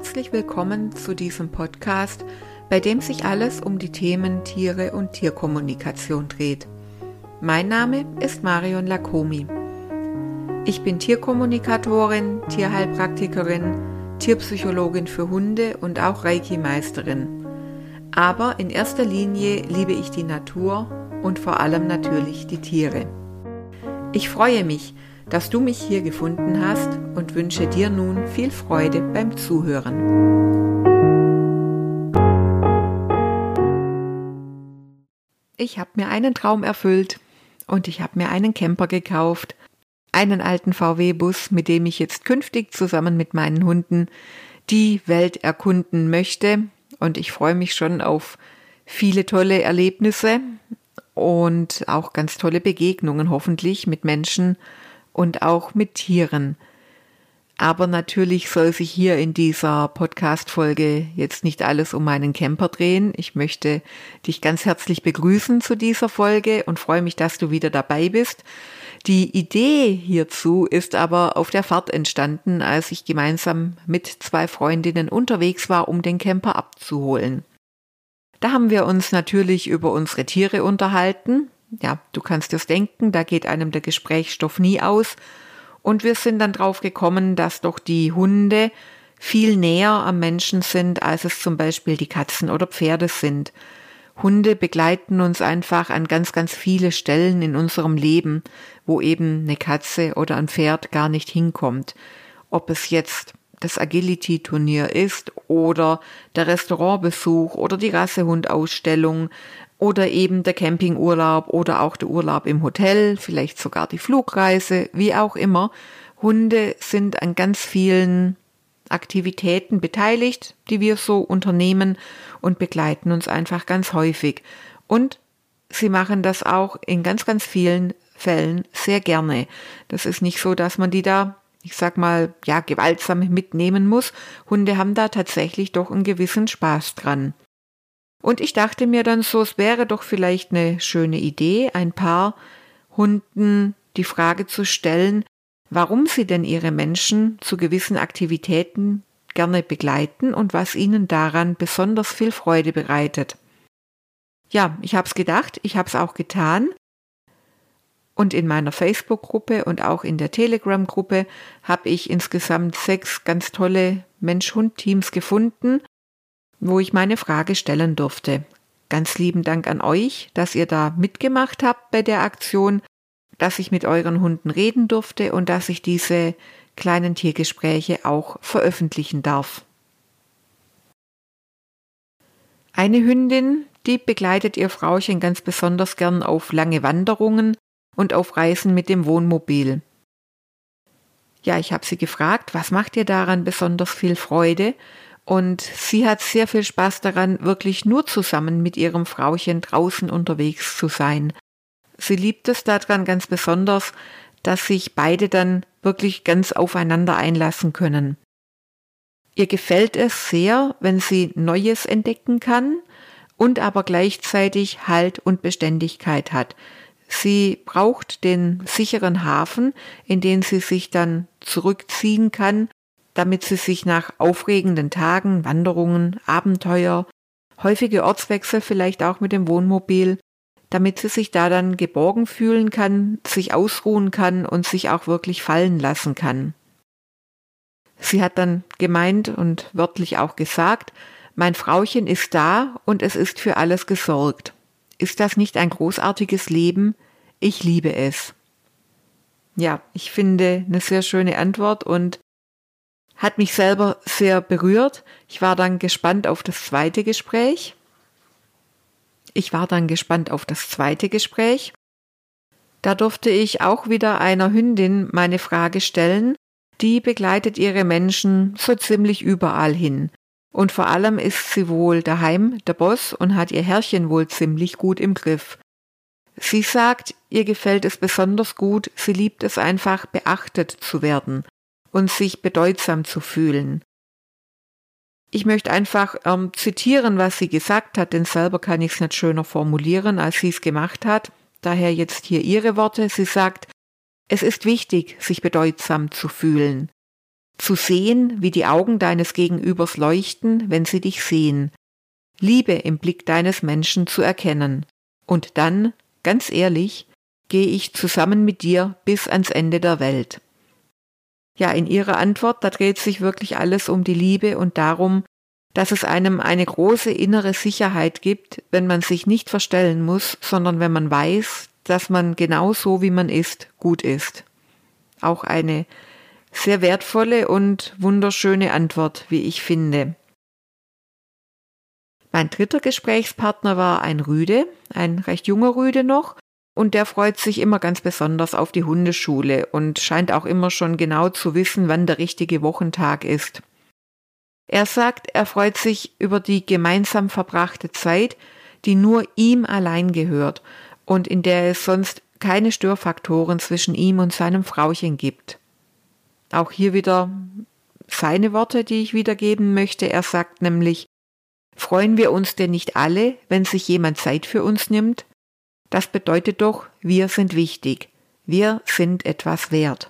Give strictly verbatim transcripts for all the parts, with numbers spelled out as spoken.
Herzlich willkommen zu diesem Podcast, bei dem sich alles um die Themen Tiere und Tierkommunikation dreht. Mein Name ist Marion Lakomi. Ich bin Tierkommunikatorin, Tierheilpraktikerin, Tierpsychologin für Hunde und auch Reiki-Meisterin. Aber in erster Linie liebe ich die Natur und vor allem natürlich die Tiere. Ich freue mich, dass du mich hier gefunden hast und wünsche dir nun viel Freude beim Zuhören. Ich habe mir einen Traum erfüllt und ich habe mir einen Camper gekauft, einen alten V W-Bus, mit dem ich jetzt künftig zusammen mit meinen Hunden die Welt erkunden möchte. Und ich freue mich schon auf viele tolle Erlebnisse und auch ganz tolle Begegnungen hoffentlich mit Menschen und auch mit Tieren. Aber natürlich soll sich hier in dieser Podcast-Folge jetzt nicht alles um meinen Camper drehen. Ich möchte dich ganz herzlich begrüßen zu dieser Folge und freue mich, dass du wieder dabei bist. Die Idee hierzu ist aber auf der Fahrt entstanden, als ich gemeinsam mit zwei Freundinnen unterwegs war, um den Camper abzuholen. Da haben wir uns natürlich über unsere Tiere unterhalten. Ja, du kannst dir's denken, da geht einem der Gesprächsstoff nie aus. Und wir sind dann drauf gekommen, dass doch die Hunde viel näher am Menschen sind, als es zum Beispiel die Katzen oder Pferde sind. Hunde begleiten uns einfach an ganz, ganz viele Stellen in unserem Leben, wo eben eine Katze oder ein Pferd gar nicht hinkommt. Ob es jetzt das Agility-Turnier ist oder der Restaurantbesuch oder die Rassehundausstellung oder eben der Campingurlaub oder auch der Urlaub im Hotel, vielleicht sogar die Flugreise, wie auch immer. Hunde sind an ganz vielen Aktivitäten beteiligt, die wir so unternehmen und begleiten uns einfach ganz häufig. Und sie machen das auch in ganz, ganz vielen Fällen sehr gerne. Das ist nicht so, dass man die da, ich sag mal, ja, gewaltsam mitnehmen muss. Hunde haben da tatsächlich doch einen gewissen Spaß dran. Und ich dachte mir dann so, es wäre doch vielleicht eine schöne Idee, ein paar Hunden die Frage zu stellen, warum sie denn ihre Menschen zu gewissen Aktivitäten gerne begleiten und was ihnen daran besonders viel Freude bereitet. Ja, ich habe es gedacht, ich habe es auch getan. Und in meiner Facebook-Gruppe und auch in der Telegram-Gruppe habe ich insgesamt sechs ganz tolle Mensch-Hund-Teams gefunden, wo ich meine Frage stellen durfte. Ganz lieben Dank an euch, dass ihr da mitgemacht habt bei der Aktion, dass ich mit euren Hunden reden durfte und dass ich diese kleinen Tiergespräche auch veröffentlichen darf. Eine Hündin, die begleitet ihr Frauchen ganz besonders gern auf lange Wanderungen und auf Reisen mit dem Wohnmobil. Ja, ich habe sie gefragt, was macht ihr daran besonders viel Freude? Und sie hat sehr viel Spaß daran, wirklich nur zusammen mit ihrem Frauchen draußen unterwegs zu sein. Sie liebt es daran ganz besonders, dass sich beide dann wirklich ganz aufeinander einlassen können. Ihr gefällt es sehr, wenn sie Neues entdecken kann und aber gleichzeitig Halt und Beständigkeit hat. Sie braucht den sicheren Hafen, in den sie sich dann zurückziehen kann, damit sie sich nach aufregenden Tagen, Wanderungen, Abenteuer, häufige Ortswechsel vielleicht auch mit dem Wohnmobil, damit sie sich da dann geborgen fühlen kann, sich ausruhen kann und sich auch wirklich fallen lassen kann. Sie hat dann gemeint und wörtlich auch gesagt, mein Frauchen ist da und es ist für alles gesorgt. Ist das nicht ein großartiges Leben? Ich liebe es. Ja, ich finde eine sehr schöne Antwort und hat mich selber sehr berührt. Ich war dann gespannt auf das zweite Gespräch. Ich war dann gespannt auf das zweite Gespräch. Da durfte ich auch wieder einer Hündin meine Frage stellen. Die begleitet ihre Menschen so ziemlich überall hin. Und vor allem ist sie wohl daheim der Boss und hat ihr Herrchen wohl ziemlich gut im Griff. Sie sagt, ihr gefällt es besonders gut, sie liebt es einfach, beachtet zu werden und sich bedeutsam zu fühlen. Ich möchte einfach ähm, zitieren, was sie gesagt hat, denn selber kann ich es nicht schöner formulieren, als sie es gemacht hat. Daher jetzt hier ihre Worte. Sie sagt, es ist wichtig, sich bedeutsam zu fühlen. zu sehen, wie die Augen deines Gegenübers leuchten, wenn sie dich sehen, Liebe im Blick deines Menschen zu erkennen. Und dann, ganz ehrlich, gehe ich zusammen mit dir bis ans Ende der Welt. Ja, in ihrer Antwort, da dreht sich wirklich alles um die Liebe und darum, dass es einem eine große innere Sicherheit gibt, wenn man sich nicht verstellen muss, sondern wenn man weiß, dass man genau so, wie man ist, gut ist. Auch eine sehr wertvolle und wunderschöne Antwort, wie ich finde. Mein dritter Gesprächspartner war ein Rüde, ein recht junger Rüde noch, und der freut sich immer ganz besonders auf die Hundeschule und scheint auch immer schon genau zu wissen, wann der richtige Wochentag ist. Er sagt, er freut sich über die gemeinsam verbrachte Zeit, die nur ihm allein gehört und in der es sonst keine Störfaktoren zwischen ihm und seinem Frauchen gibt. Auch hier wieder seine Worte, die ich wiedergeben möchte. Er sagt nämlich: Freuen wir uns denn nicht alle, wenn sich jemand Zeit für uns nimmt? Das bedeutet doch, wir sind wichtig. Wir sind etwas wert.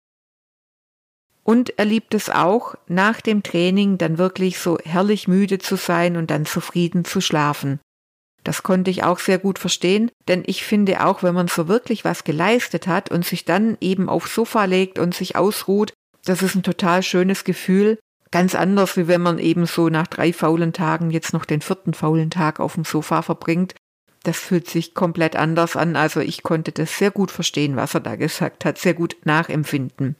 Und er liebt es auch, nach dem Training dann wirklich so herrlich müde zu sein und dann zufrieden zu schlafen. Das konnte ich auch sehr gut verstehen, denn ich finde auch, wenn man so wirklich was geleistet hat und sich dann eben aufs Sofa legt und sich ausruht, das ist ein total schönes Gefühl. Ganz anders, wie wenn man eben so nach drei faulen Tagen jetzt noch den vierten faulen Tag auf dem Sofa verbringt. Das fühlt sich komplett anders an, also ich konnte das sehr gut verstehen, was er da gesagt hat, sehr gut nachempfinden.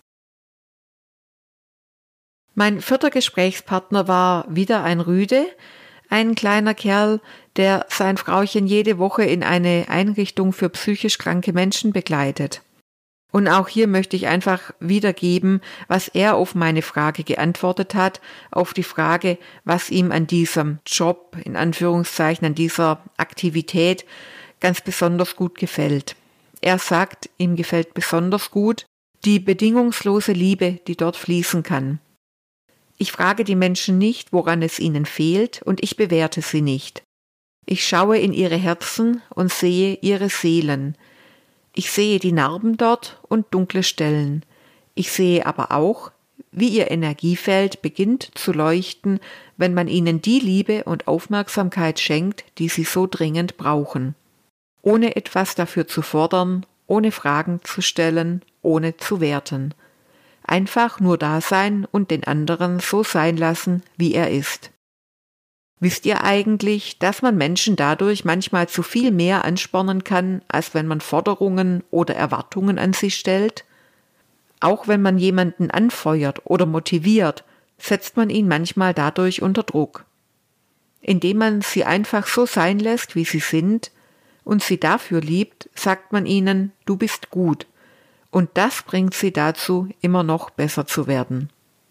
Mein vierter Gesprächspartner war wieder ein Rüde, ein kleiner Kerl, der sein Frauchen jede Woche in eine Einrichtung für psychisch kranke Menschen begleitet. Und auch hier möchte ich einfach wiedergeben, was er auf meine Frage geantwortet hat, auf die Frage, was ihm an diesem Job, in Anführungszeichen, an dieser Aktivität ganz besonders gut gefällt. Er sagt, ihm gefällt besonders gut die bedingungslose Liebe, die dort fließen kann. Ich frage die Menschen nicht, woran es ihnen fehlt, und ich bewerte sie nicht. Ich schaue in ihre Herzen und sehe ihre Seelen. Ich sehe die Narben dort und dunkle Stellen. Ich sehe aber auch, wie ihr Energiefeld beginnt zu leuchten, wenn man ihnen die Liebe und Aufmerksamkeit schenkt, die sie so dringend brauchen. Ohne etwas dafür zu fordern, ohne Fragen zu stellen, ohne zu werten. Einfach nur da sein und den anderen so sein lassen, wie er ist. Wisst ihr eigentlich, dass man Menschen dadurch manchmal zu viel mehr anspornen kann, als wenn man Forderungen oder Erwartungen an sie stellt? Auch wenn man jemanden anfeuert oder motiviert, setzt man ihn manchmal dadurch unter Druck. Indem man sie einfach so sein lässt, wie sie sind, und sie dafür liebt, sagt man ihnen, du bist gut. Und das bringt sie dazu, immer noch besser zu werden.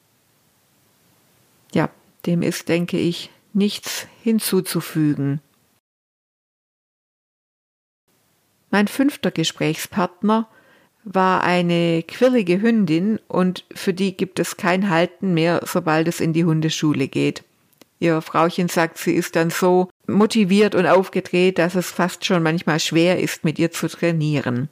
Ja, dem ist, denke ich, nichts hinzuzufügen. Mein fünfter Gesprächspartner war eine quirlige Hündin und für die gibt es kein Halten mehr, sobald es in die Hundeschule geht. Ihr Frauchen sagt, sie ist dann so motiviert und aufgedreht, dass es fast schon manchmal schwer ist, mit ihr zu trainieren.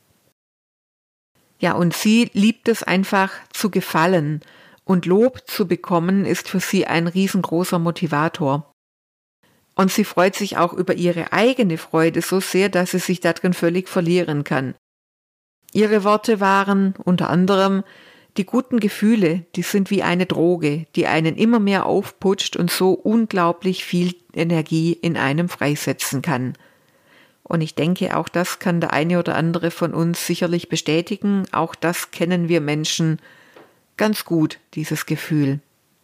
Ja, und sie liebt es einfach zu gefallen. Und Lob zu bekommen ist für sie ein riesengroßer Motivator. Und sie freut sich auch über ihre eigene Freude so sehr, dass sie sich darin völlig verlieren kann. Ihre Worte waren unter anderem: Die guten Gefühle, die sind wie eine Droge, die einen immer mehr aufputscht und so unglaublich viel Energie in einem freisetzen kann. Und ich denke, auch das kann der eine oder andere von uns sicherlich bestätigen. Auch das kennen wir Menschen ganz gut, dieses Gefühl.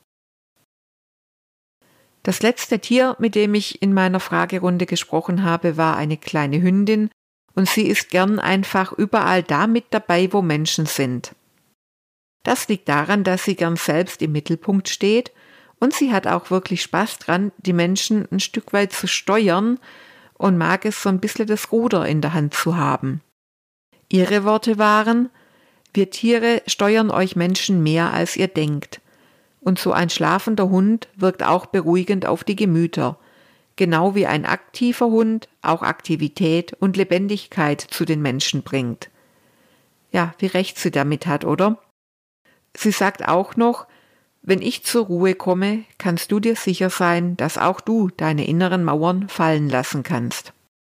Das letzte Tier, mit dem ich in meiner Fragerunde gesprochen habe, war eine kleine Hündin und sie ist gern einfach überall da mit dabei, wo Menschen sind. Das liegt daran, dass sie gern selbst im Mittelpunkt steht und sie hat auch wirklich Spaß dran, die Menschen ein Stück weit zu steuern und mag es so ein bisschen das Ruder in der Hand zu haben. Ihre Worte waren: Wir Tiere steuern euch Menschen mehr, als ihr denkt. Und so ein schlafender Hund wirkt auch beruhigend auf die Gemüter. Genau wie ein aktiver Hund auch Aktivität und Lebendigkeit zu den Menschen bringt. Ja, wie recht sie damit hat, oder? Sie sagt auch noch, wenn ich zur Ruhe komme, kannst du dir sicher sein, dass auch du deine inneren Mauern fallen lassen kannst.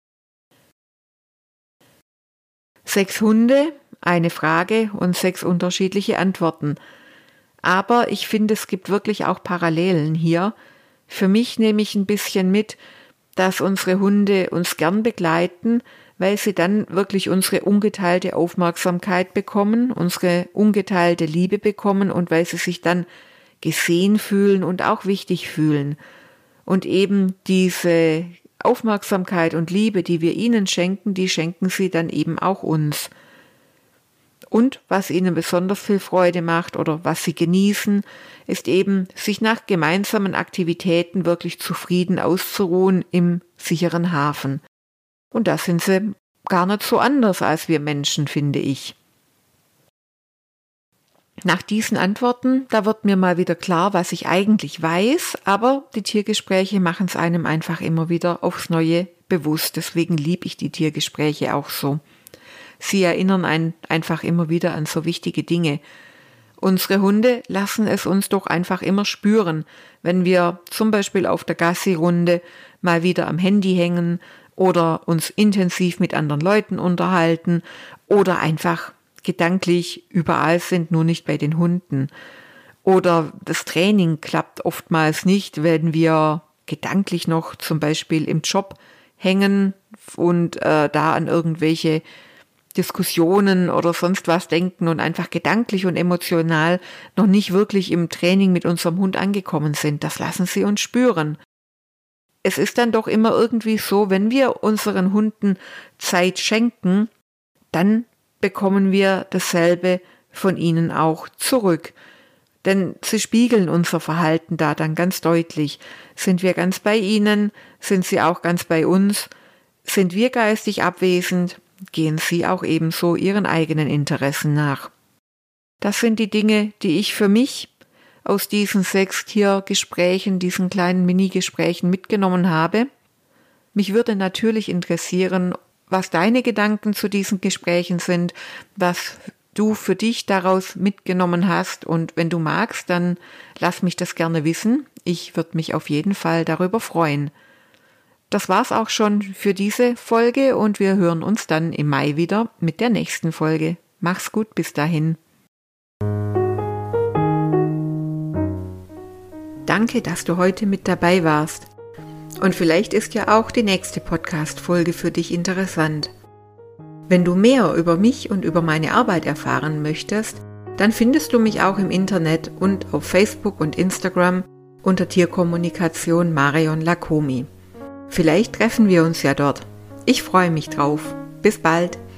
Sechs Hunde, eine Frage und sechs unterschiedliche Antworten. Aber ich finde, es gibt wirklich auch Parallelen hier. Für mich nehme ich ein bisschen mit, dass unsere Hunde uns gern begleiten, weil sie dann wirklich unsere ungeteilte Aufmerksamkeit bekommen, unsere ungeteilte Liebe bekommen und weil sie sich dann gesehen fühlen und auch wichtig fühlen. Und eben diese Aufmerksamkeit und Liebe, die wir ihnen schenken, die schenken sie dann eben auch uns. Und was ihnen besonders viel Freude macht oder was sie genießen, ist eben, sich nach gemeinsamen Aktivitäten wirklich zufrieden auszuruhen im sicheren Hafen. Und da sind sie gar nicht so anders als wir Menschen, finde ich. Nach diesen Antworten, da wird mir mal wieder klar, was ich eigentlich weiß, aber die Tiergespräche machen es einem einfach immer wieder aufs Neue bewusst. Deswegen liebe ich die Tiergespräche auch so. Sie erinnern einen einfach immer wieder an so wichtige Dinge. Unsere Hunde lassen es uns doch einfach immer spüren, wenn wir zum Beispiel auf der Gassi-Runde mal wieder am Handy hängen oder uns intensiv mit anderen Leuten unterhalten oder einfach gedanklich überall sind, nur nicht bei den Hunden. Oder das Training klappt oftmals nicht, wenn wir gedanklich noch zum Beispiel im Job hängen und äh, da an irgendwelche Diskussionen oder sonst was denken und einfach gedanklich und emotional noch nicht wirklich im Training mit unserem Hund angekommen sind. Das lassen sie uns spüren. Es ist dann doch immer irgendwie so, wenn wir unseren Hunden Zeit schenken, dann bekommen wir dasselbe von ihnen auch zurück. Denn sie spiegeln unser Verhalten da dann ganz deutlich. Sind wir ganz bei ihnen, sind sie auch ganz bei uns. Sind wir geistig abwesend, gehen sie auch ebenso ihren eigenen Interessen nach. Das sind die Dinge, die ich für mich aus diesen sechs Tiergesprächen, diesen kleinen Mini-Gesprächen mitgenommen habe. Mich würde natürlich interessieren, was deine Gedanken zu diesen Gesprächen sind, was du für dich daraus mitgenommen hast und wenn du magst, dann lass mich das gerne wissen. Ich würde mich auf jeden Fall darüber freuen. Das war's auch schon für diese Folge und wir hören uns dann im Mai wieder mit der nächsten Folge. Mach's gut, bis dahin. Danke, dass du heute mit dabei warst. Und vielleicht ist ja auch die nächste Podcast-Folge für dich interessant. Wenn du mehr über mich und über meine Arbeit erfahren möchtest, dann findest du mich auch im Internet und auf Facebook und Instagram unter Tierkommunikation Marion Lakomi. Vielleicht treffen wir uns ja dort. Ich freue mich drauf. Bis bald.